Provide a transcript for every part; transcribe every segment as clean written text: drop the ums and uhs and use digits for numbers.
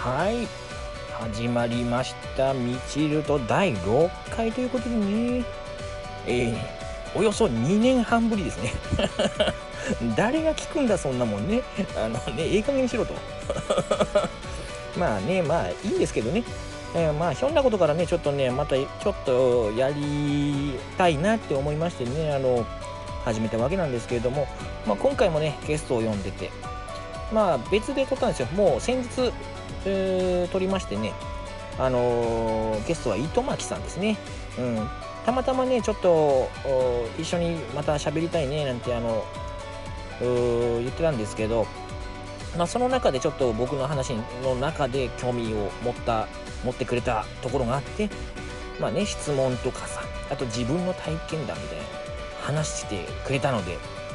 はい、始まりましたみちると第6回ということでね、およそ2年半ぶりですね。誰が聞くんだそんなもんね。いい加減にしろと。まあね、まあいいんですけどね。まあひょんなことからね、ちょっとね、またちょっとやりたいなって思いましてね、始めたわけなんですけれども、まあ今回もね、ゲストを呼んでて、まあ別で撮ったんですよ。もう先日、撮りましてね、ゲストは糸巻さんですね。たまたまね、ちょっと一緒にまた喋りたいねなんて言ってたんですけど、まあその中でちょっと僕の話の中で興味を持ってくれたところがあって、まあね、質問とかさ、あと自分の体験談みたいな話してくれたので、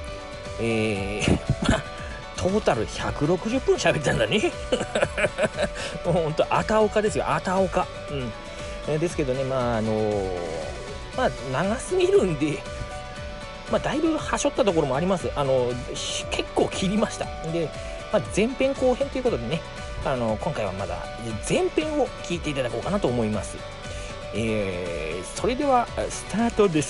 まあトータル160分喋ったんだね。もうほんとあたおかですよ、あたおか。ですけどね、まあ長すぎるんで、まあだいぶはしょったところもあります。結構切りました。で、まあ、前編後編ということでね、今回はまだ前編を聞いていただこうかなと思います。それではスタートです。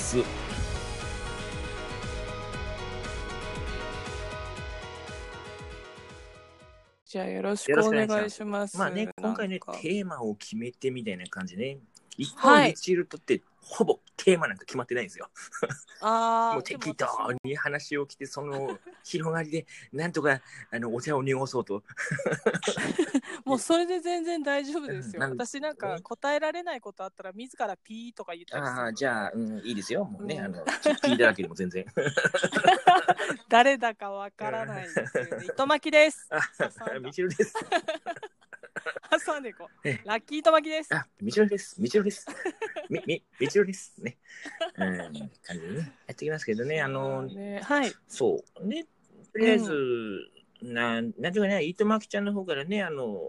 じゃあよろしくお願いします。 まあね、今回ね、テーマを決めてみたいな感じね。一方、 はいミチルとってほぼテーマなんか決まってないんですよ。もうああ、 適当に話を来て、その広がりでなんとかお茶を濁そうと。 もうそれで全然大丈夫ですよ。 なん私なんか答えられないことあったら自らピーとか言ったりするので。 じゃあ、いいですよ。もうね、 うんピーだらけでも全然。 誰だかわからないですよね。糸巻きです。 みちるです。 挟んでいこう。ラッキー糸巻きです。 みちるです。みちるです。みちるです。ね。感じでね、やってきますけどね。 はい。 そうね。とりあえず、なんていうかね、糸巻ちゃんの方からね、テ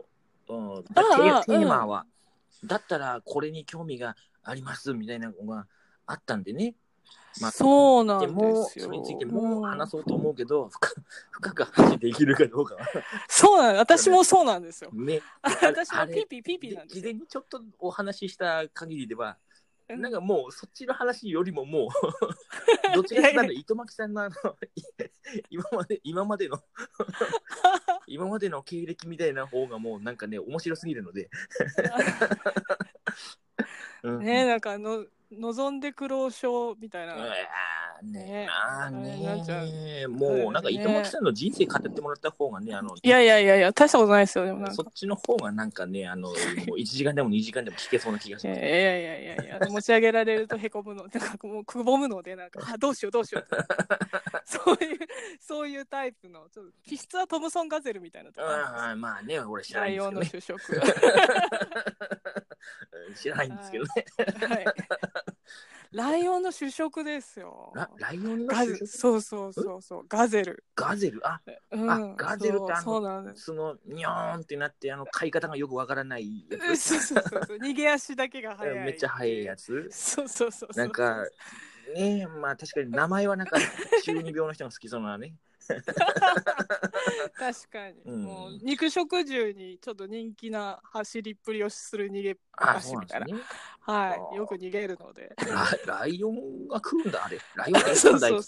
ーマは、だったらこれに興味がありますみたいなのがあったんでね。 まあ、そうなんですよ。 それについても話そうと思うけど、深く話できるかどうかは。 そうなんです。私もそうなんですよ。 ね、 私もピーピーなんですよ。 事前にちょっとお話しした限りでは、なんかもうそっちの話よりももうどっちかというと糸巻さんの今までの経歴みたいな方がもうなんかね面白すぎるのでね、なんか望んで苦労症みたいな。 もうなんか糸巻さんの人生語ってもらった方がね、 いや大したことないですよ。でもそっちの方がなんかね、もう1時間でも2時間でも聞けそうな気がします。 いや持ち上げられるとへこむの、なんかもうくぼむので、なんかどうしようそういうタイプのちょっと気質はトムソンガゼルみたいなところ。 まあね、俺知らないんですけどね。 ライオンの主食。 知らないんですけどね。 はい。ライオンの主食ですよ。 ライオンの主食？ そう。ガゼル。 ガゼル？ガゼルってそのニョーンってなって飼い方がよくわからないやつ。 そう。逃げ足だけが速い。 めっちゃ速いやつ。 そう。 なんかね、まあ確かに名前はなんか中二病の人が好きそうなね。 確かに、もう肉食獣にちょっと人気な走りっぷりをする逃げ足みたいな、はい、よく逃げるので。 ライオンが食うんだあれ。ライオンが食うんだそう。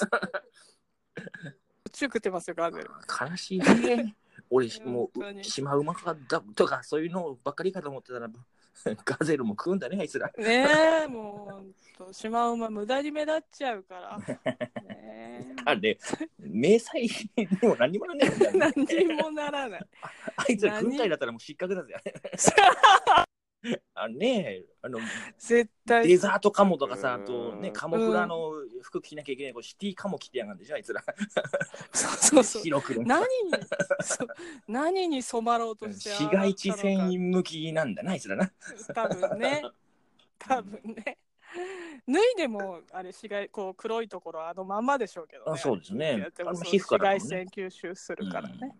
食ってますよガゼル。 悲しいね。俺もうシマウマとかそういうのばっかりかと思ってたらガゼルも食うんだねあいつら。 ねえ、もうシマウマ無駄に目立っちゃうから。 あれ迷彩にも何にもならないんだ、 ね。何にもならない。 あいつら軍隊だったらもう失格だぜ。 絶対デザートカモとかさ、あとねカモフラの服着なきゃいけない、シティカモ着てやがんでしょあいつら。 そう。 白黒。 何に染まろうとして市街地戦向きなんだなあいつらな。 多分ね。脱いでもあれこう黒いところまんまでしょうけどね。 そうですね。 紫外線吸収するからね。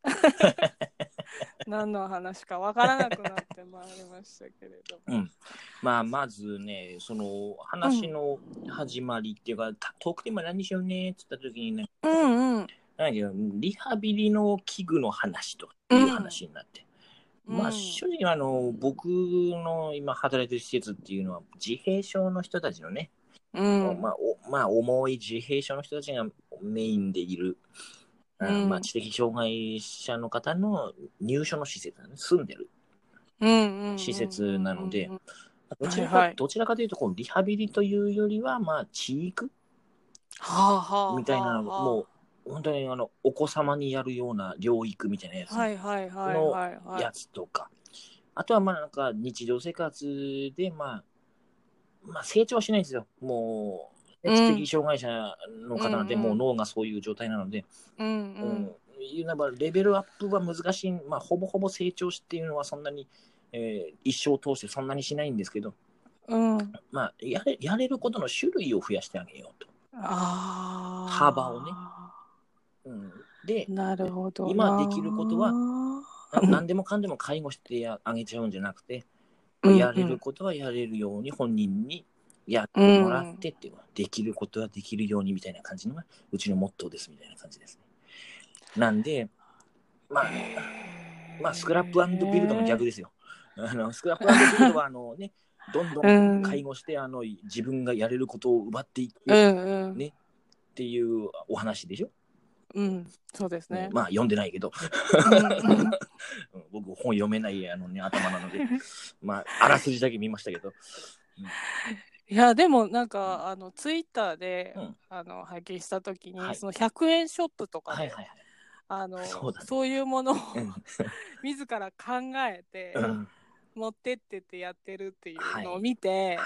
何の話かわからなくなってまいりましたけれど。 まあまずね、その話の始まりっていうか、トークテーマ何しようねって言った時にね、リハビリの器具の話という話になって、 まあ正直僕の今働いてる施設っていうのは自閉症の人たちのね、まあ重い自閉症の人たちがメインでいる、まあ知的障害者の方の入所の施設、住んでる施設なので、どちらかというとこうリハビリというよりはまあ知育みたいなのもう本当にお子様にやるような療育みたいなやつのやつとか、あとはまあなんか日常生活でまあ成長はしないんですよ。もう知的障害者の方なんてもう脳がそういう状態なので、いうならばレベルアップは難しい。まあほぼほぼ成長っていうのはそんなに、一生通してそんなにしないんですけど、まあやれることの種類を増やしてあげようと。幅をね。で、なるほど今できることは何でもかんでも介護してあげちゃうんじゃなくて、やれることはやれるように本人にやってもらってっていうのは、できることはできるようにみたいな感じのがうちのモットーですみたいな感じですね。なんで、まあスクラップ&ビルドの逆ですよ。スクラップ&ビルドはね、どんどん介護して自分がやれることを奪っていく、ねっていうお話でしょ。 そうですね。 まあ読んでないけど僕本読めない頭なのでまああらすじだけ見ましたけど、 いやでもなんかツイッターで、拝見したときに、その100円ショップとかで、そういうものを自ら考えて、持ってってってやってるっていうのを見て、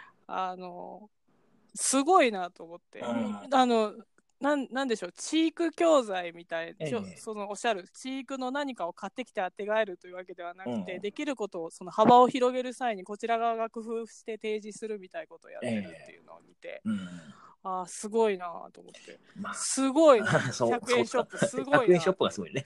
すごいなと思って、なんでしょう、知育教材みたい、そのおっしゃる知育の何かを買ってきてあてがえるというわけではなくて、できることをその幅を広げる際にこちら側が工夫して提示するみたいなことをやってるっていうのを見て、すごいなと思って、すごいな、100円ショップすごいな。 100円ショップがすごいね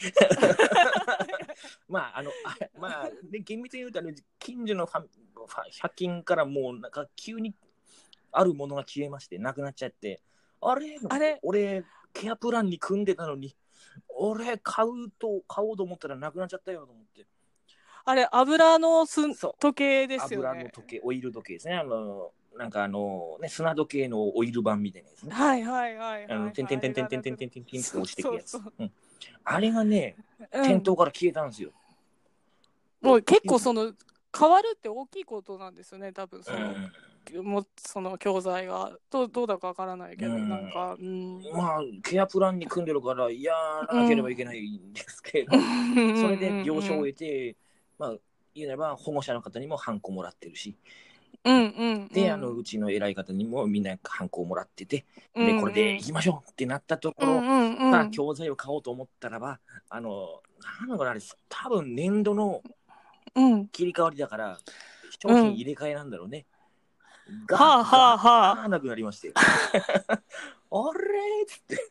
まあで厳密に言うと近所の100均からもうなんか急にあるものが消えましてなくなっちゃって、あれ俺ケアプランに組んでたのに俺買おうと思ったらなくなっちゃったよと思って、 あれ油の時計ですよね。 油の時計、オイル時計ですね。なんかね、砂時計のオイル版みたいなやつね。てんてんてんてんてんてんてんてんてんって落ちてくるやつ。あれがね、店頭から消えたんですよ。 もう結構変わるって大きいことなんですよね、多分その教材がどうだかわからないけど、なんか、 まあケアプランに組んでるからやらなければいけないんですけど、それで了承を得て、まあ言うなれば保護者の方にもハンコもらってるし、でうちの偉い方にもみんなハンコをもらってて、でこれで行きましょうってなったところ、まあ教材を買おうと思ったらばなんだかあれ多分年度の切り替わりだから商品入れ替えなんだろうね。なくなりましてあれっつって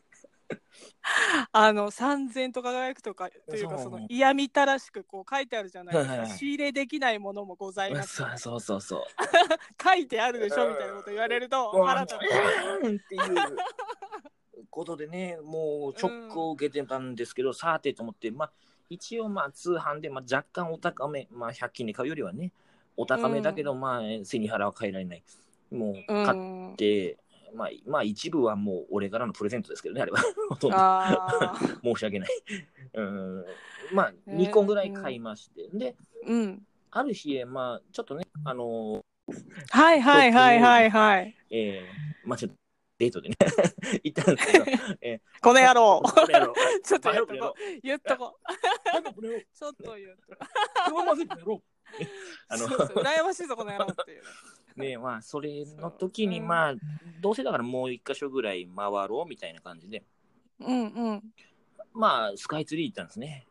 3000と輝くとかというか、その嫌みたらしくこう書いてあるじゃないですか。仕入れできないものもございます。 そう書いてあるでしょみたいなこと言われると腹立つっていうことでね、もうショックを受けてたんですけど、さてと思って、まあ一応まあ通販で若干お高め、まあ100均で買うよりはねお高めだけど、まあ背に腹は変えられない。もう買って、まあ一部はもう俺からのプレゼントですけどね、あれはほとんど申し訳ないまあ2個ぐらい買いまして、で、ある日まあちょっとねまあちょっとデートでね行ったんですけど、 この野郎ちょっと言っとこちょっと言っと羨ましいぞこの野郎っていうね。まあそれの時にまあどうせだからもう一箇所ぐらい回ろうみたいな感じで、まあスカイツリー行ったんですね。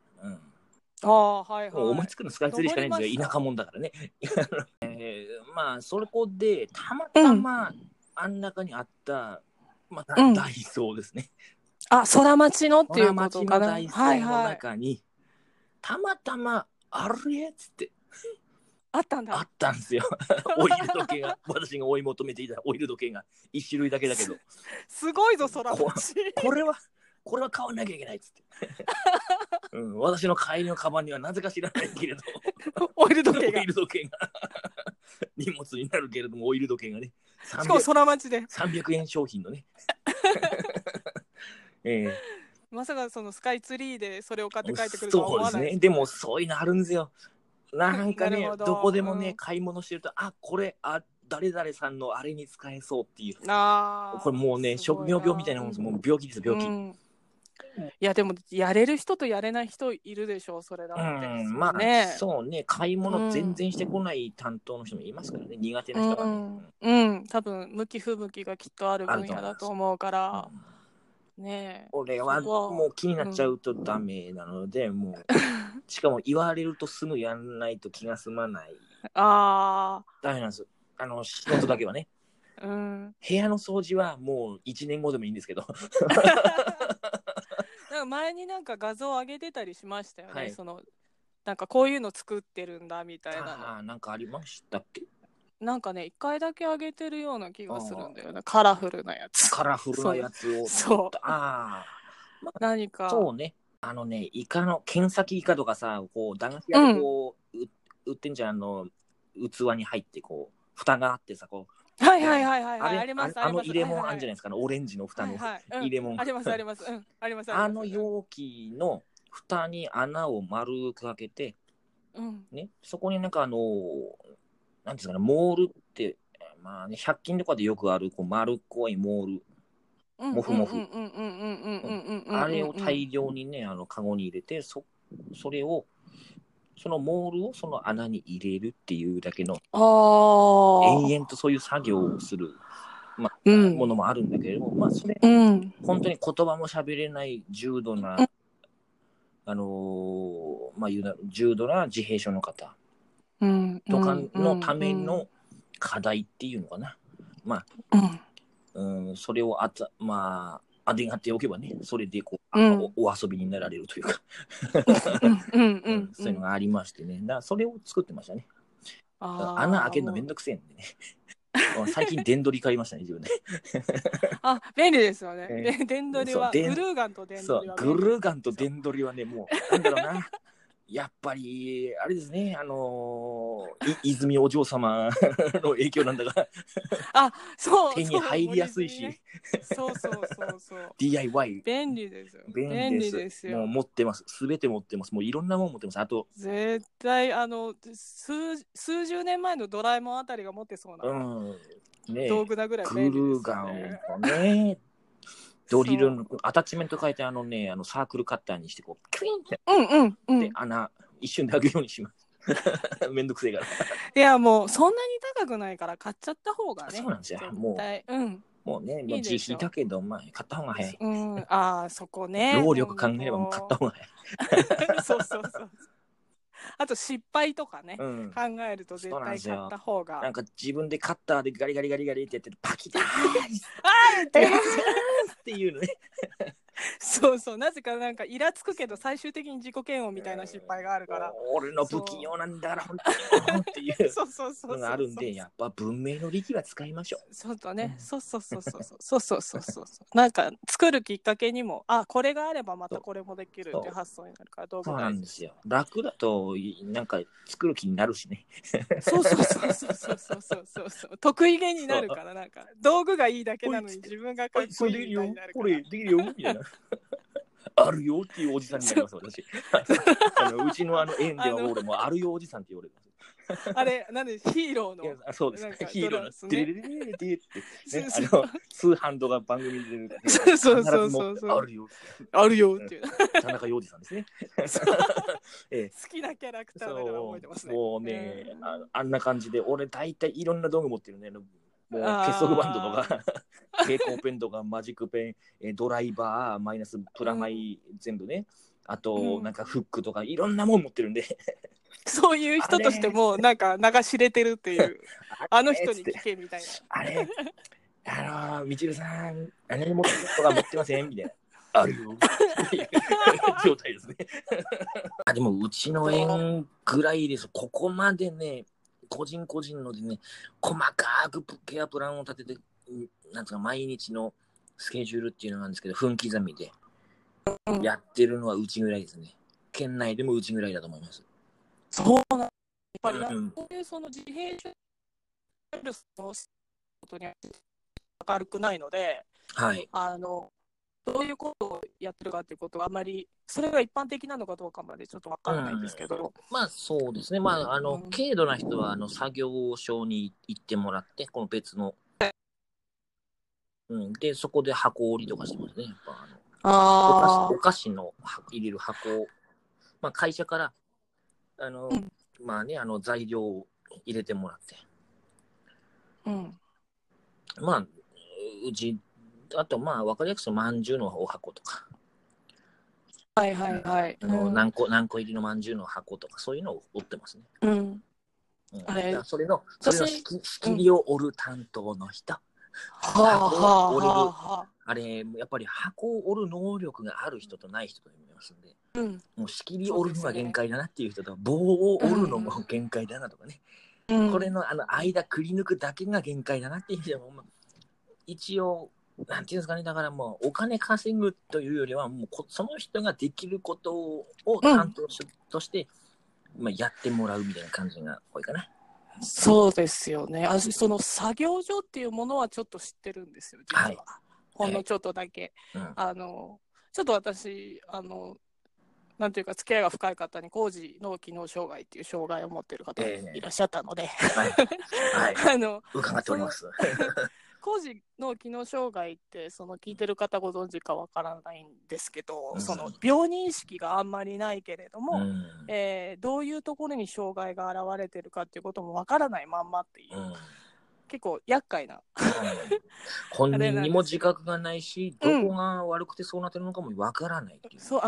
思いつくのスカイツリーしかないんですよ、田舎者だからねまあそこでたまたまあん中にあったまあダイソーですね。 空町のっていうことかな。 ダイソーの中にたまたまあれっつってあったんですよオイル時計が私が追い求めていたオイル時計が1種類だけだけどすごいぞ空町これは買わなきゃいけないっつって私の帰りのカバンにはなぜか知らないけれどオイル時計がオイル時計が荷物になるけれども、オイル時計がね、 しかも空町で 300円商品のねまさかそのスカイツリーでそれを買って帰ってくるとは思わないそうですね。でもそういうのあるんですよ。なんかねどこでもね、買い物してると、これ誰々さんのあれに使えそうっていう。これもうね、職業病みたいなもんです。もう病気です、病気。 いやでもやれる人とやれない人いるでしょう、それだって。 まあそうね、買い物全然してこない担当の人もいますからね、苦手な人がね。多分向き不向きがきっとある分野だと思うから。ねえ。 俺はもう気になっちゃうとダメなので、もうしかも言われるとすぐやんないと気が済まない。ダメなんです。仕事だけはね。部屋の掃除はもう1年後でもいいんですけど。 なんか前になんか画像上げてたりしましたよね。そのなんかこういうの作ってるんだみたいなの。 なんかありましたっけ？ なんかね、1回だけ上げてるような気がするんだよね。カラフルなやつ。 カラフルなやつを。 そう。何か。 そうね。イカの、剣先イカとかさ、こう、駄菓子屋でこう、売ってんじゃん、器に入って、こう、蓋があってさ、こう。 はい、あります。 入れ物あるんじゃないですか、オレンジの蓋の入れ物。 あります。あります。 容器の蓋に穴を丸く開けて、ね、そこになんかなんていうんですかね、モールって、まあね、100均とかでよくある、こう、丸っこいモール。モフモフ。あれを大量にね、カゴに入れて、それを、そのモールをその穴に入れるっていうだけの、延々とそういう作業をする、ものもあるんだけれども、それ、本当に言葉も喋れない重度な、重度な自閉症の方とかのための課題っていうのかな。それをあてがっておけばね、それでこう、お遊びになられるというかそういうのがありましてね。だからそれを作ってましたね。穴開けるのめんどくせえんでね。最近電取り買いましたね、自分で。 便利ですよね。電取りは、グルーガンと電取りは。 グルーガンと電取りはね、もう、なんだろうな。やっぱり、あれですね、泉お嬢様の影響なんだが、手に入りやすいし、 そう。 DIY。 便利ですよ。 便利ですよ。もう持ってます。すべて持ってます。もういろんなもん持ってます。あと、 絶対、数十年前のドラえもんあたりが持ってそうな道具なぐらい便利ですよね。 グルーガンをね、ドリルのアタッチメント変えてサークルカッターにしてこうキュインってで穴一瞬で開くようにします。めんどくせえから。 いやもうそんなに高くないから買っちゃった方がね。 そうなんですよ。もうね、自費だけど買った方が早い。 そこね。 労力考えればもう買った方が早い。そう。あと失敗とかね、考えると絶対買った方が。 なんか自分でカッターでガリガリってやってパキッっていうのね。 そうなぜかなんかイラつくけど最終的に自己嫌悪みたいな失敗があるから、 俺の不器用なんだから本当にっていうのがあるんで、やっぱ文明の利器は使いましょう。 そうだね。そうなんか作るきっかけにもこれがあればまたこれもできるっていう発想になるから道具そうなんですよ。楽だとなんか作る気になるしね。 そう得意げになるからなんか道具がいいだけなのに自分がかっこいいみたいになるから。 これできるよみたいな。あるよっていうおじさんになります私。うちの園では俺もあるよおじさんって言われる。 あれなんでヒーローのそうですヒーローのって通販とか番組で出る。 そうあるよっていう田中洋次さんですね。 好きなキャラクターだから覚えてますね。 もうねあんな感じで俺大体いろんな道具持ってるね。もう結束バンドとか蛍光ペンとかマジックペン、ドライバーマイナスプラマイ全部ね、あとなんかフックとかいろんなもん持ってるんでそういう人としてもなんか流し入れてるっていうあの人に聞けみたいな。 あれみちるさん何持ってるとか持ってませんみたいな。あるよ状態ですね。でもうちの園ぐらいです。ここまでね個人のでね、細かくケアプランを立てて、なんつうか毎日のスケジュールっていうのなんですけど、分刻みでやってるのはうちぐらいですね。 県内でもうちぐらいだと思います。 そうなんやっぱりそういうその自閉症のことに明るくないので、 はい、 どういうことをやってるかっていうことがあまり、それが一般的なのかどうかまでちょっとわからないんですけど。 まあそうですね。まあ軽度な人は作業所に行ってもらって、この別の、でそこで箱折りとかしてますね。やっぱお菓子の入れる箱を、まあ会社からまあね材料を入れてもらって、まあうちあとまあ分かりやすくまんじゅうのお箱とか。 はいはいはい。 何個入りのまんじゅうの箱とかそういうのを折ってますね。 あれそれの仕切りを折る担当の人、箱を折れる、あれやっぱり箱を折る能力がある人とない人といますんで、もう仕切り折るのが限界だなっていう人と、棒を折るのも限界だなとかね、これの間くり抜くだけが限界だなっていう人も、一応なんていうんですかね、だからもうお金稼ぐというよりはもうその人ができることを担当として、まあ、やってもらうみたいな感じが多いかな。 そうですよね。その作業所っていうものはちょっと知ってるんですよ、実は。 はい、 ほんのちょっとだけ。ちょっと私、なんていうか、付き合いが深い方に、高次脳機能障害っていう障害を持っている方いらっしゃったので、 伺っております。 高次脳機能障害って、その聞いてる方ご存知かわからないんですけど、その病認識があんまりないけれども、どういうところに障害が現れてるかっていうこともわからないまんまっていう、結構厄介な。 本人にも自覚がないし、どこが悪くてそうなってるのかもわからないっていう。 そう、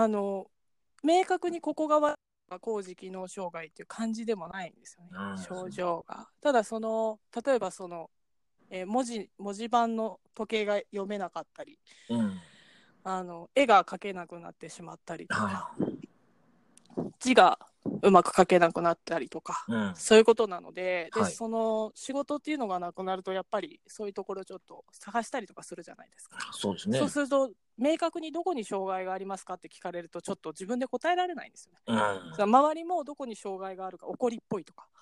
明確にここが悪い高次機能障害っていう感じでもないんですよね、症状が。ただ例えば文字盤の時計が読めなかったり、絵が描けなくなってしまったりとか、字がうまく書けなくなったりとか、そういうことなので、その仕事っていうのがなくなると、やっぱりそういうところをちょっと探したりとかするじゃないですか。 そうですね。 そうすると、明確にどこに障害がありますかって聞かれると、ちょっと自分で答えられないんですよね。周りもどこに障害があるか、怒りっぽいとか。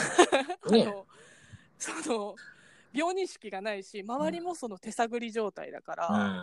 病認識がないし、周りもその手探り状態だから、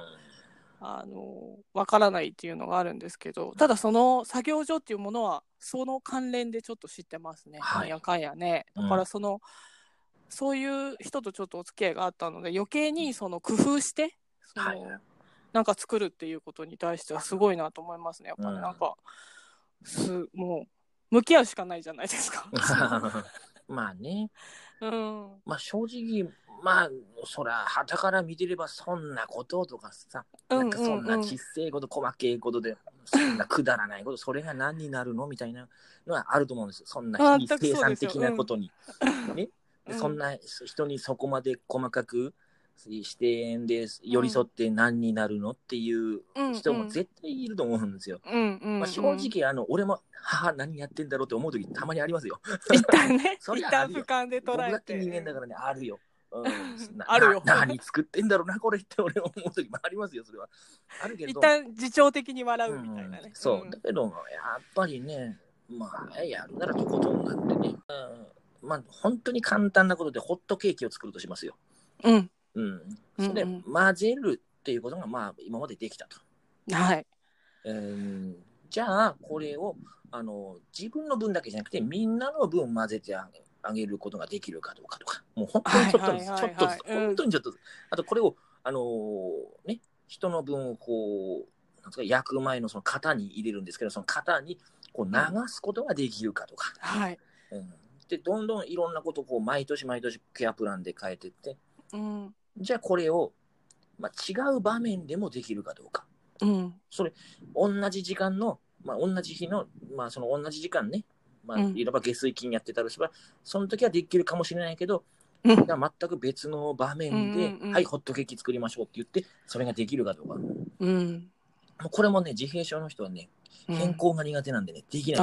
わからないっていうのがあるんですけど、ただその作業所っていうものはその関連でちょっと知ってますね。なんやかんやね。だからそういう人とちょっとお付き合いがあったので、余計にその工夫してなんか作るっていうことに対してはすごいなと思いますね。やっぱね、なんかもう向き合うしかないじゃないですか。 まあね。まあ正直、まあそら旗から見てればそんなこととかさ、なんかそんな小さいこと細けいことでそんなくだらないこと、それが何になるのみたいなのはあると思うんですよ。そんな非生産的なことにね。そんな人にそこまで細かく視点で寄り添って何になるのっていう人も絶対いると思うんですよ。まあ正直俺も何やってんだろうって思う時たまにありますよ。 一旦ね、一旦俯瞰で捉えて。 僕だって人間だからね、あるよ。 あるよ。 何作ってんだろうなこれって俺思う時もありますよ。それはあるけど、 一旦自重的に笑うみたいなね。 そうだけどやっぱりね、まあやるならとことんなんでね、まあ本当に簡単なことでホットケーキを作るとしますよ。それ混ぜるっていうことがまあ今までできたと。 はい。 じゃあこれを自分の分だけじゃなくてみんなの分混ぜてあげることができるかどうかとか、もう本当にちょっとずつ、本当にちょっとずつ、あとこれをね、人の分をこうなんですか、焼く前のその型に入れるんですけど、その型にこう流すことができるかとか、でどんどんいろんなことをこう毎年毎年ケアプランで変えていって、じゃあこれを、まあ、違う場面でもできるかどうか。それ同じ時間の、まあ、同じ日の、まあ、その同じ時間ね、まあ、いわば下水金やってたらすれば、その時はできるかもしれないけど、全く別の場面で、はい、ホットケーキ作りましょうって言って、それができるかどうか。もうこれもね、自閉症の人はね、変更が苦手なんでね、できない。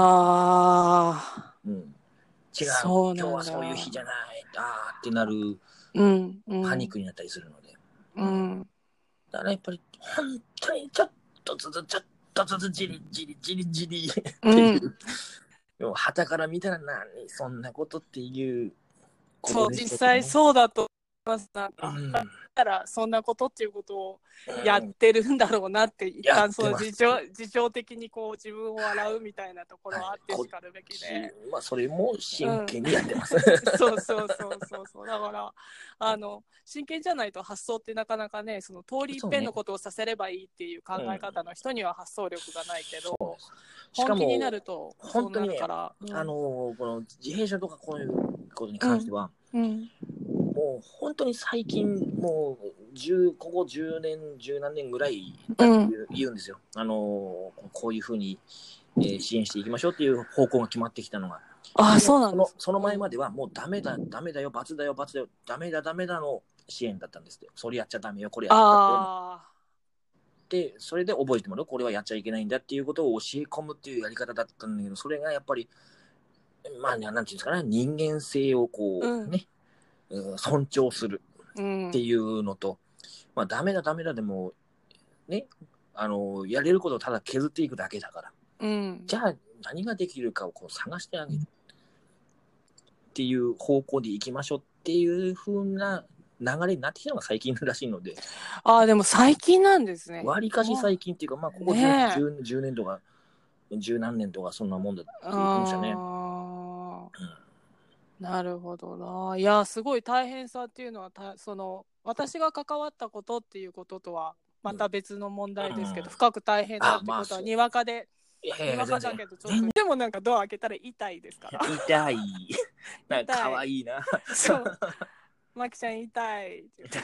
違う、今日はそういう日じゃない、ってなる、パニックになったりするので。だからやっぱり本当にちょっととずつじりじりじりじりっていう、でも旗から見たら何そんなことっていうそう、実際そうだと思います。なんか、だったらそんなことっていうことをやってるんだろうなって、一旦その自情的にこう自分を洗うみたいなところはあってしかるべきで、 まあそれも真剣にやってます。 そう。だから真剣じゃないと発想ってなかなかね、その通り一遍のことをさせればいいっていう考え方の人には発想力がないけど、本気になると本当にね、この自閉症とかこういうことに関しては、もう本当に最近もうここ10年十何年ぐらい言うんですよ。こういうふうに、支援していきましょうっていう方向が決まってきたのが。 そうなんです。 その前まではもうダメだよ、罰だよ、ダメだの支援だったんですって。それやっちゃダメよ、これやっちゃダメよ。で、それで覚えてもらう、これはやっちゃいけないんだっていうことを教え込むっていうやり方だったんだけど、それがやっぱり、まあ、なんていうんですかね、人間性をこう、尊重するっていうのと、まあ、ダメだでも、ね、やれることをただ削っていくだけだから、じゃあ何ができるかをこう探してあげるっていう方向でいきましょうっていう風な流れになってきたのが最近らしいので。 でも最近なんですね。 わりかし最近っていうか、まあ、ここ 10年とか、十何年とかそんなもんだって言ってましたね。 なるほどな。いや、すごい大変さっていうのは、私が関わったことっていうこととはまた別の問題ですけど、深く大変だってことはにわかで、にわかだけどちょっと、でもなんかドア開けたら痛いですから。 痛い。なんか可愛いな。 そう。マキちゃん痛い。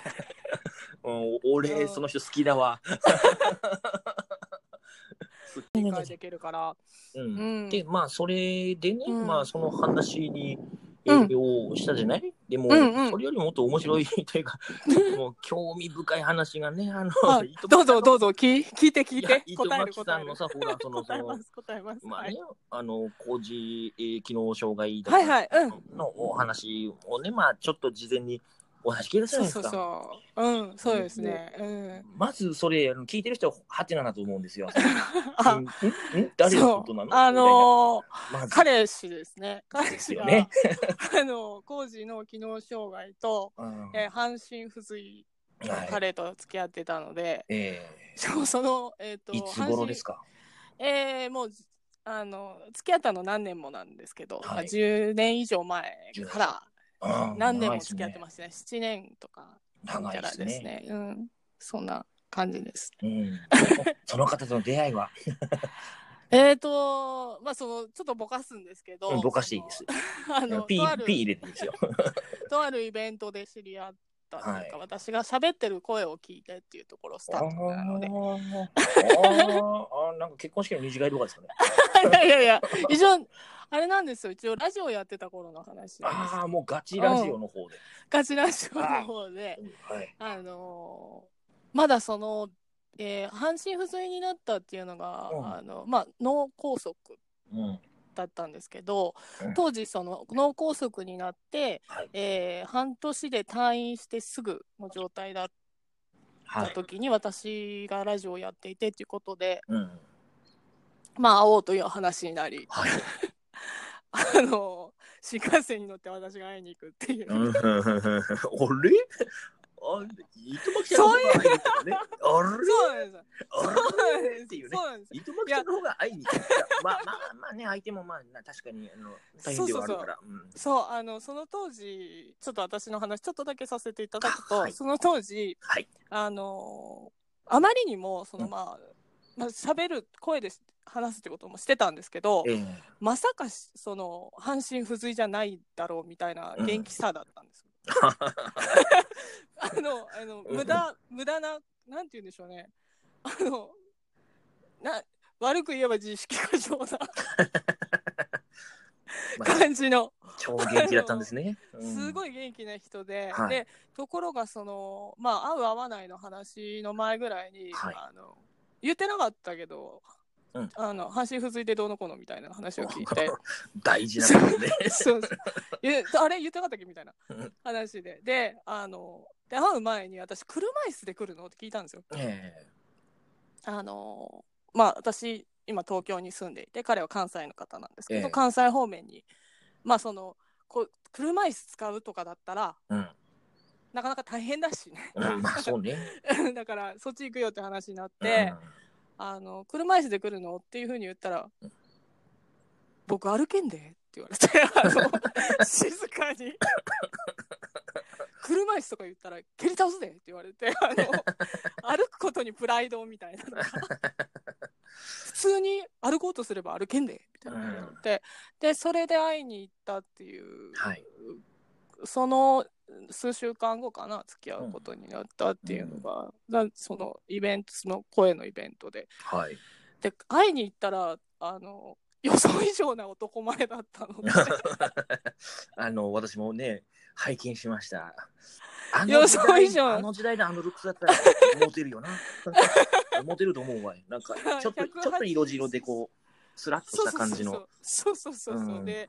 俺、その人好きだわ。 理解できるから。 で、まあ、それでね、まあ、その話にをしたじゃない？でも、それよりもっと面白いというか、もう興味深い話がね、 どうぞ聞いて。 糸巻さんのさ、ほら、 答えます。 まあね、高次機能障害のお話をね、まあ、ちょっと事前にお話聞いたじゃないですか。 そうですね。 まずそれ聞いてる人はハテナだと思うんですよ。誰のことなの？彼氏ですね。彼氏が工事の機能障害と半身不随の彼と付き合ってたので、そのいつ頃ですか？ もう付き合ったの何年もなんですけど、10年以上前から何年も付き合ってますね。7年とか長いですね。 そんな感じです。 その方との出会いはまあちょっとぼかすんですけど、 ぼかしていいです。ピー入れていいですよ。 とあるイベントで知り合ったというか、私が喋ってる声を聞いてっていうところスタートなので。 なんか結婚式の二次会とかですかね。 いや、一応あれなんですよ。一応ラジオやってた頃の話なんです。 もうガチラジオの方で。 ガチラジオの方で、まだその半身不随になったっていうのが、まあ、脳梗塞だったんですけど、当時その脳梗塞になって、半年で退院してすぐの状態だった時に、私がラジオをやっていてっていうことで、まあ会おうという話になり、新幹線に乗って私が会いに行くっていう。 あれ？糸巻ちゃんの方が会いに行ったね。 そうなんです。 っていうね。糸巻ちゃんの方が会いに行った。まあね、相手もまあ確かに大変ではあるから。 その当時ちょっと私の話ちょっとだけさせていただくと、その当時あまりにもそのまあ喋る声で話すってこともしてたんですけど、まさかその半身不随じゃないだろうみたいな元気さだったんですよ。無駄な、なんて言うんでしょうね。悪く言えば自意識過剰な感じの。 超元気だったんですね。 すごい元気な人で、で、ところがまあ、合う合わないの話の前ぐらいに、言ってなかったけど、半身不随でどうのこうのみたいな話を聞いて大事なことね。 あれ言ってなかったっけみたいな話で、で会う前に私車椅子で来るのって聞いたんですよ。 まあ私今東京に住んでいて、彼は関西の方なんですけど、関西方面にまあその車椅子使うとかだったら、なかなか大変だしね、 まあそうねだからそっち行くよって話になって、車椅子で来るのっていうふうに言ったら、僕歩けんでって言われて、静かに車椅子とか言ったら蹴り倒すでって言われて、歩くことにプライドみたいなのが普通に歩こうとすれば歩けんでみたいなのがあって、でそれで会いに行ったっていう、その数週間後かな、付き合うことになったっていうのが、そのイベント、その声のイベントで、で会いに行ったら予想以上な男前だったので私もね拝見しました。 予想以上。 あの時代であのルックスだったらモテるよなモテると思うわ。なんかちょっと色白でこうスラッとした感じの。 そうで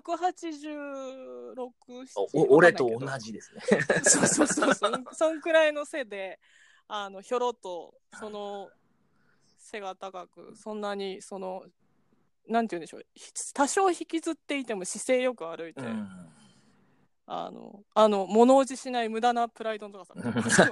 186、 俺と同じですねそんくらいの背でひょろっとその背が高く、そんなにそのなんて言うんでしょう、多少引きずっていても姿勢よく歩いて、物おじしない無駄なプライドの高さ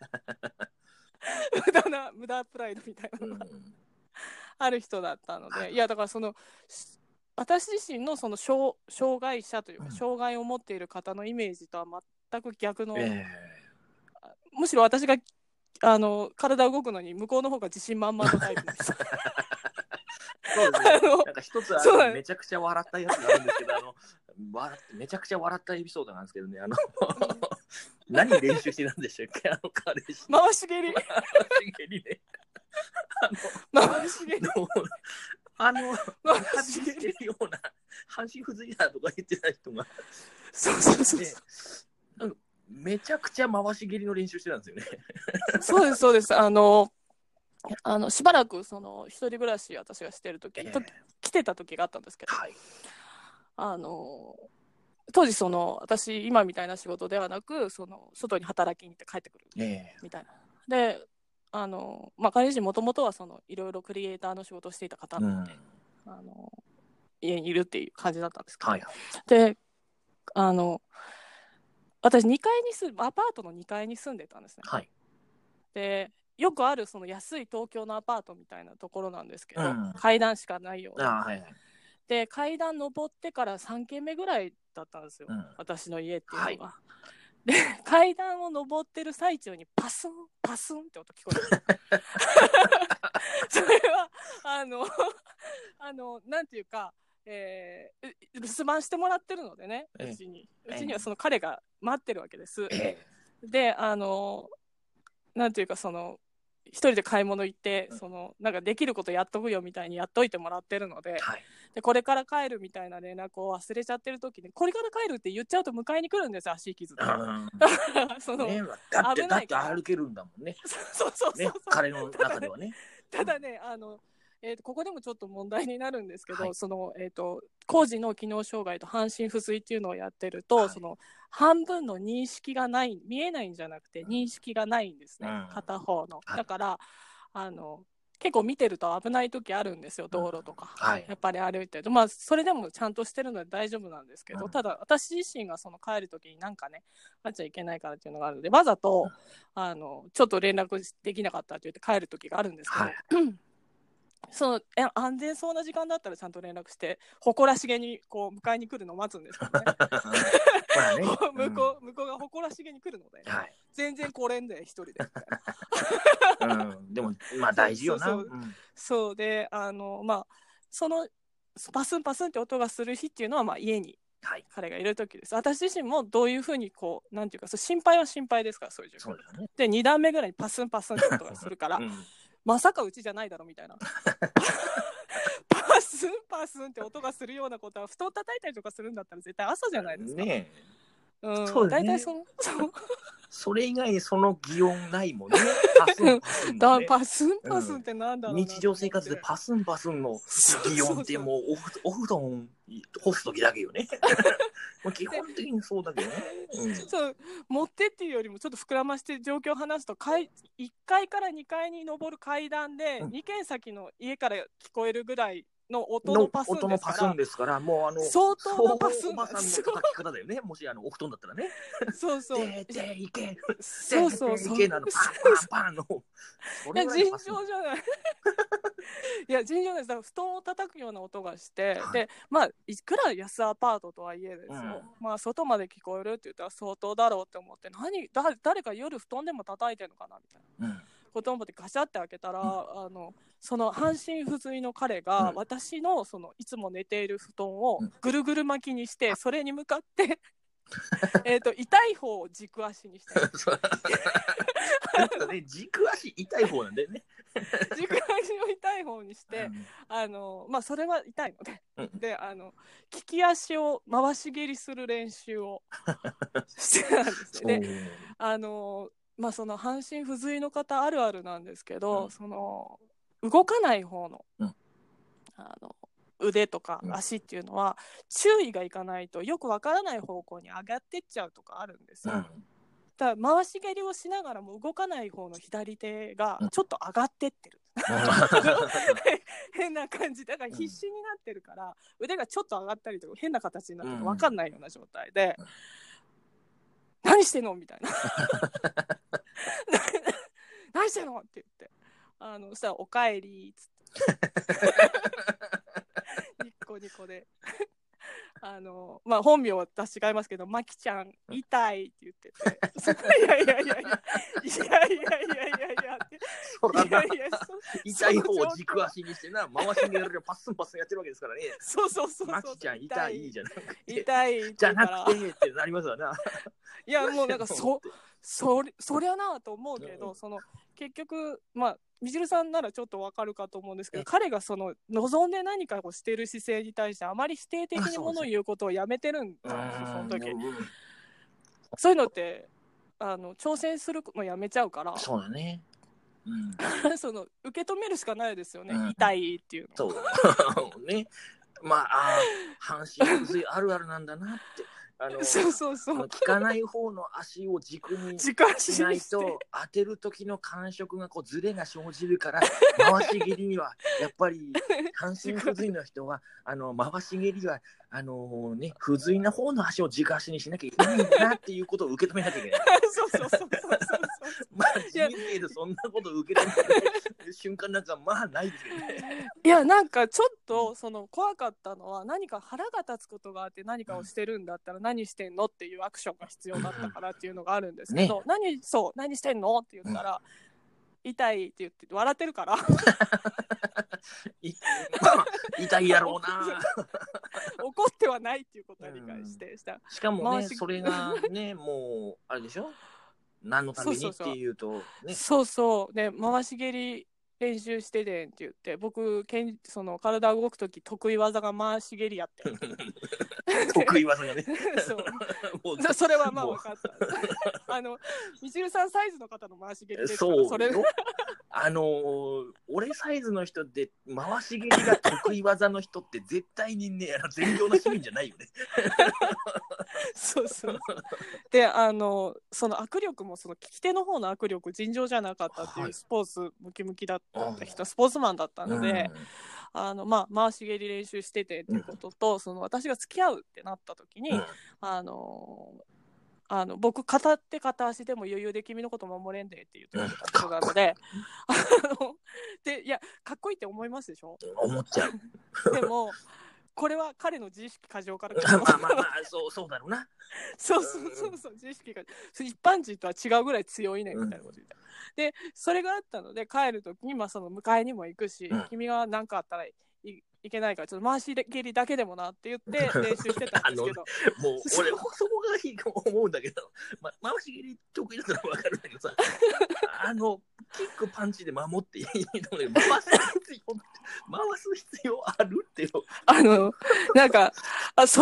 無駄プライドみたいなのがある人だったので、いやだからその私自身のその障害者というか、障害を持っている方のイメージとは全く逆の、むしろ私が体動くのに向こうの方が自信満々のタイプの人そうですね、なんか一つめちゃくちゃ笑ったやつがあるんですけど、めちゃくちゃ笑ったエピソードなんですけどね、何練習してたんでしたっけ、彼氏。 回し蹴り。 回し蹴りね。 回し蹴り。 回し蹴りような、半身不随だとか言ってた人が。そうめちゃくちゃ回し蹴りの練習してたんですよね。 そうです。しばらくその一人暮らし私がしてる時、来てた時があったんですけど、当時その私今みたいな仕事ではなく、その外に働きに行って帰ってくるみたいな、で彼自身もともとはそのいろいろクリエイターの仕事をしていた方なので、家にいるっていう感じだったんですけど、で私2階にアパートの2階に住んでたんですね。でよくあるその安い東京のアパートみたいなところなんですけど、階段しかないような。で階段登ってから3軒目ぐらいだったんですよ、私の家っていうのが。で階段を登ってる最中にパスンパスンって音聞こえるそれはなんていうか、留守番してもらってるのでね、うちにはその彼が待ってるわけです。でなんていうか、その一人で買い物行って、そのなんかできることやっとくよみたいにやっといてもらってるので、でこれから帰るみたいな連絡を忘れちゃってる時に、これから帰るって言っちゃうと迎えに来るんですよ、足引きずって。その危ないから。だって歩けるんだもんね。彼の中ではね。 ただね、ここでもちょっと問題になるんですけど、その工事の機能障害と半身不随っていうのをやってると、その半分の認識がない、見えないんじゃなくて認識がないんですね、片方の。だから結構見てると危ない時あるんですよ、道路とか、やっぱり歩いてると。それでもちゃんとしてるので大丈夫なんですけど、ただ私自身がその帰る時になんかね、あっちゃいけないからっていうのがあるので、わざとちょっと連絡できなかったって言って帰る時があるんですけど、その安全そうな時間だったらちゃんと連絡して誇らしげにこう迎えに来るのを待つんですけどね向こうが誇らしげに来るので、全然来れんで一人でみたいなでも大事よな。 そうでそのパスンパスンって音がする日っていうのは家に彼がいる時です。私自身もどういうふうにこうなんていうか、心配は心配ですから、そういう状況で2段目ぐらいにパスンパスンって音がするからまさかうちじゃないだろみたいなパスンパスンって音がするようなことは布団叩いたりとかするんだったら絶対朝じゃないですか。 そうだね。 大体そう。 それ以外にその擬音ないもんね。パスンパスンだのね。 パスンパスンってなんだろうなと思って、 日常生活でパスンパスンの擬音ってもうお布団干す時だけよね。まあ基本的にそうだけどね。 そう持ってっていうよりもちょっと膨らまして状況を話すと、1階から2階に上る階段で2軒先の家から聞こえるぐらいの音のパスンですから、 もう相当なパスンおばさんの叩き方だよね。もしお布団だったらね。 そうそう。 でいけ。 そうそうそう。 でいけなのパンパンパンの。 いや尋常じゃない。いや尋常です。だから布団を叩くような音がして、でまあいくら安アパートとはいえですよ。まあ外まで聞こえるって言ったら相当だろうって思って、誰か夜布団でも叩いてるのかなみたいな。ことを思ってガシャって開けたら、その半身不随の彼が私のそのいつも寝ている布団をぐるぐる巻きにして、それに向かって痛い方を軸足にして軸足痛い方なんだよね。 軸足を痛い方にして、まあそれは痛いので、で利き足を回し蹴りする練習をしてたんですね。でまあその半身不随の方あるあるなんですけど、その動かない方の、腕とか足っていうのは注意がいかないとよくわからない方向に上がってっちゃうとかあるんですよ。だから回し蹴りをしながらも動かない方の左手がちょっと上がってってる。変な感じだから必死になってるから腕がちょっと上がったりとか変な形になって分かんないような状態で、何してんのみたいな。何してんのって言ってそしたらおかえりっつってニコニコでまあ本名は私違いますけど、まきちゃん痛いって言ってて、いや痛い方を軸足にしてな、回し蹴りでパッスンパッスンやってるわけですからね。 そうまきちゃん痛いじゃなくて痛いじゃなくてってなりますわな。 いやもうなんかそりゃなと思うけど、その結局まあみちるさんならちょっとわかるかと思うんですけど、彼がその望んで何かをしている姿勢に対してあまり否定的にものを言うことをやめてるんですよ、その時。そういうのって挑戦するのやめちゃうから。 そうだね。 その受け止めるしかないですよね、痛いっていうの。 そうね。まあ半身不随あるあるなんだなって。効かない方の足を軸にしないと当てる時の感触がこうズレが生じるから回し蹴りにはやっぱり半身不随の人は回し蹴りは不随な方の足を軸足にしなきゃいけないんだなっていうことを受け止めなきゃいけない。まあ人生でそんなことを受け止める瞬間なんかまあないですよね。 いやなんかちょっとその怖かったのは、何か腹が立つことがあって何かをしてるんだったら何してんのっていうアクションが必要だったからっていうのがあるんですけど、何してんのって言ったら、痛いって言って笑ってるから痛いやろうな。 怒ってはないっていうことを理解してしかもねそれがねもうあれでしょ、何のためにっていうとね、 そうで回し蹴り練習してねんって言って、僕その体動くとき得意技が回し蹴りやって得意技がねそうそれはまあ分かったみちるさんサイズの方の回し蹴りですから、 それ俺サイズの人で回し蹴りが得意技の人って絶対にね善良な市民じゃないよね。 そうでその握力もその利き手の方の握力尋常じゃなかったっていう、スポーツムキムキだった人、スポーツマンだったので、まあ回し蹴り練習しててっていうことと、その私が付き合うってなった時に、僕片手片足でも余裕で君のこと守れんでって言ってた人なのででいやかっこいいって思いますでしょ。 思っちゃう。 でもこれは彼の自意識過剰からまあそうだろうな。 そう自意識が一般人とは違うぐらい強いねみたいなこと言って、でそれがあったので帰る時にその迎えにも行くし、君が何かあったらいけないからちょっと回し蹴りだけでもなって言って練習してたんですけどもう俺そこがいいと思うんだけど、回し蹴り得意だったら分かるんだけどさキックパンチで守っていいので回す必要あるってよ。 なんかそれもね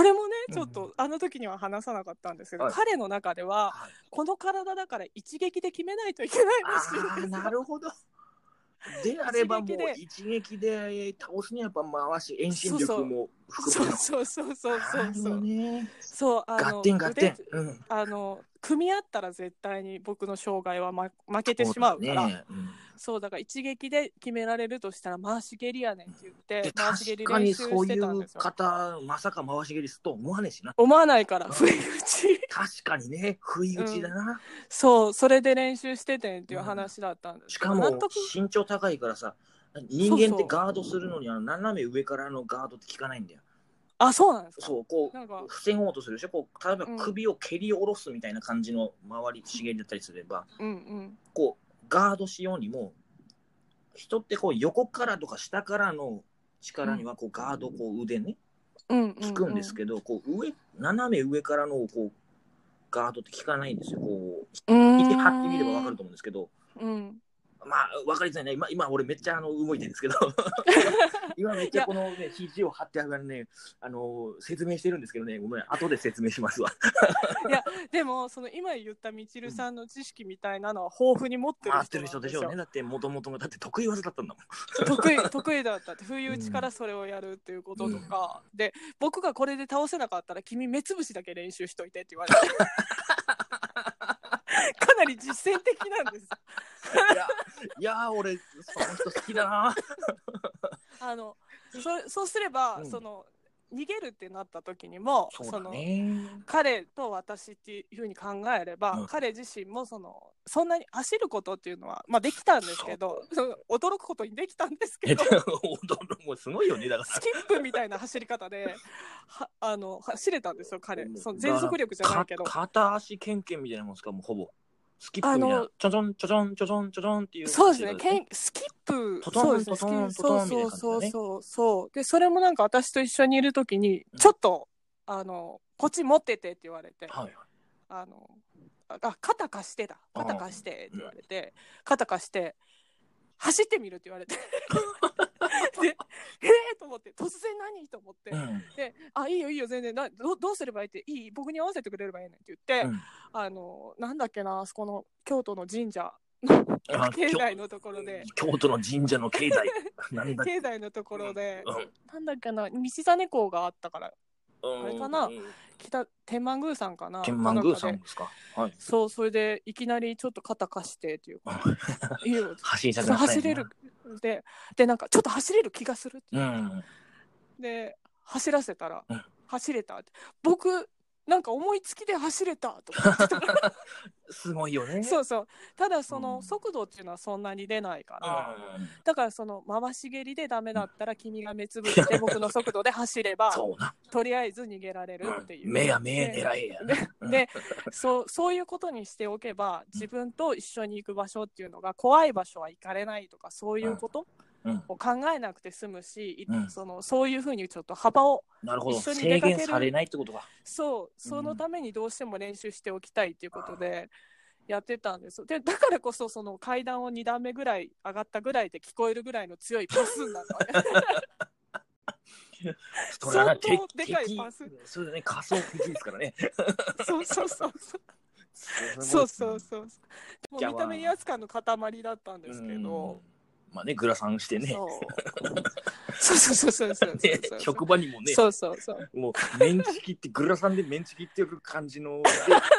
ちょっとあの時には話さなかったんですけど、 はい彼の中では、 はいこの体だから一撃で決めないといけないらしいんですよ。 なるほど。であればもう一一撃で倒すにはやっぱ回し遠心力も含むの。 そうね。 そう合点。 組み合ったら絶対に僕の障害は、負けてしまうから、 ね、 そうだから一撃で決められるとしたら回し蹴りやねんって言って回し蹴り確かに練習してたんですよ。 そういう方まさか回し蹴りすると思わねえしな。 思わないから不意打ち。 確かにね、不意打ちだな。 そう、それで練習しててんっていう話だったんですしかも身長高いからさ、人間ってガードするのに斜め上からのガードって効かないんだよ。 あ、そうなんですか。 そう、こう防ごうとするでしょ。こう例えば首を蹴り下ろすみたいな感じの周り茂りだったりすれば、こうガードしようにも人ってこう横からとか下からの力にはこうガードこう腕ね効くんですけど、こう斜め上からのこうガードって効かないんですよ。こう見て張ってみれば分かると思うんですけど。まあ分かりづらいね。今俺めっちゃ動いてるんですけど今めっちゃこのね肘を張ってあるね説明してるんですけどね、ごめん後で説明しますわいやでもその今言ったみちるさんの知識みたいなのは豊富に持ってる人でしょうね。だって元々がだって得意技だったんだもん得意だったって不意打ちからそれをやるっていうこととか、で僕がこれで倒せなかったら君目つぶしだけ練習しといてって言われてかなり実践的なんですいや俺その人好きだなそうすれば、その逃げるってなった時にもその彼と私っていうふうに考えれば、彼自身もそんなに走ることっていうのは、できたんですけど、驚くことにできたんですけどもうすごいよね。だからスキップみたいな走り方で走れたんですよ彼。全速力じゃないけど片足ケンケンみたいなもんですか。もうほぼスキップみたいなちょちょんちょちょんちょちょんちょちょんっていう。 そうですね、スキップ、そうですね、そうでそれもなんか私と一緒にいるときにちょっとこっち持っててって言われて、肩貸してって言われて、肩貸して走ってみるって言われてでと思って、突然何と思って、でいいよ全然どうすればいいっていい、僕に合わせてくれればいいねって言って、なんだっけな、あそこの京都の神社境内のところで、 京都の神社の境内境内のところで、なんだっけな、道真公があったからあれかな、天満宮さんかな。 天満宮さんですか。はい。 そう、それでいきなりちょっと肩貸してっていうか、いいよ走れるでなんかちょっと走れる気がするってで走らせたら、走れたって、僕なんか思いつきで走れたとか言ってたすごいよね。 そうただその速度っていうのはそんなに出ないから、だからその回し蹴りでダメだったら君が目つぶって僕の速度で走ればとりあえず逃げられるっていう、 目狙えやでそういうことにしておけば、自分と一緒に行く場所っていうのが怖い場所は行かれないとか、そういうことを考えなくて済むし、そういうふうにちょっと幅を一緒に出かける、 制限されないってことか。 そのためにどうしても練習しておきたいっていうことでやってたんです。でだからこそその階段を2段目ぐらい上がったぐらいで聞こえるぐらいの強いパスになった相当でかいパス。 そうだね、仮想的ですからね。 そう見た目威圧感の塊だったんですけど、 まあね、グラサンしてね。 そう職場にもね、もうメンチ切ってグラサンでメンチ切っておく感じの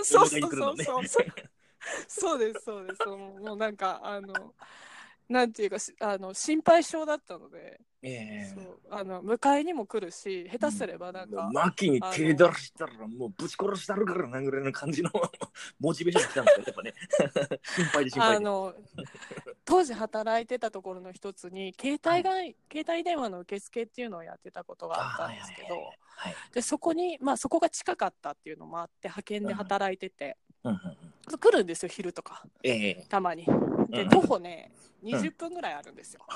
そうです。もうなんかなんていうか心配性だったので、迎えにも来るし、下手すればなんか薪に手出したらもうぶち殺したるからなぐらいの感じのモチベーション来たんですよ、やっぱね。心配で当時働いてたところの一つに携帯電話の受付っていうのをやってたことがあったんですけど、でそこが近かったっていうのもあって派遣で働いてて、来るんですよ、昼とか、たまに。で徒歩ね20分ぐらいあるんですよ。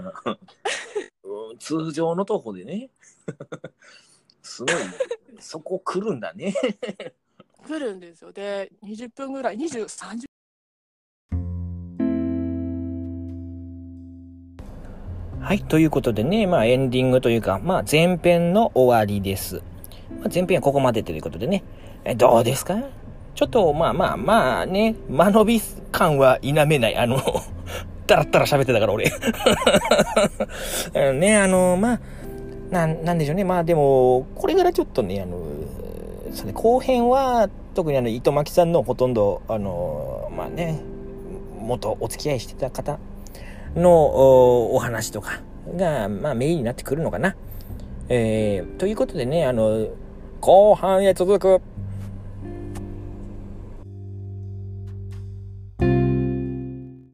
通常の徒歩でね。すごい、そこ来るんだね。 来るんですよ。で20分ぐらい30 はい、ということでね、エンディングというか、前編の終わりです。 前編はここまでということでね。どうですか？ちょっと、まあね、間延び感は否めない。だらったら喋ってたから、俺。ね、なんでしょうね。まあでも、これからちょっとね、それ後編は、特に糸巻さんのほとんど、まあね、元お付き合いしてた方のお話とかが、まあメインになってくるのかな。ということでね、後半へ続く。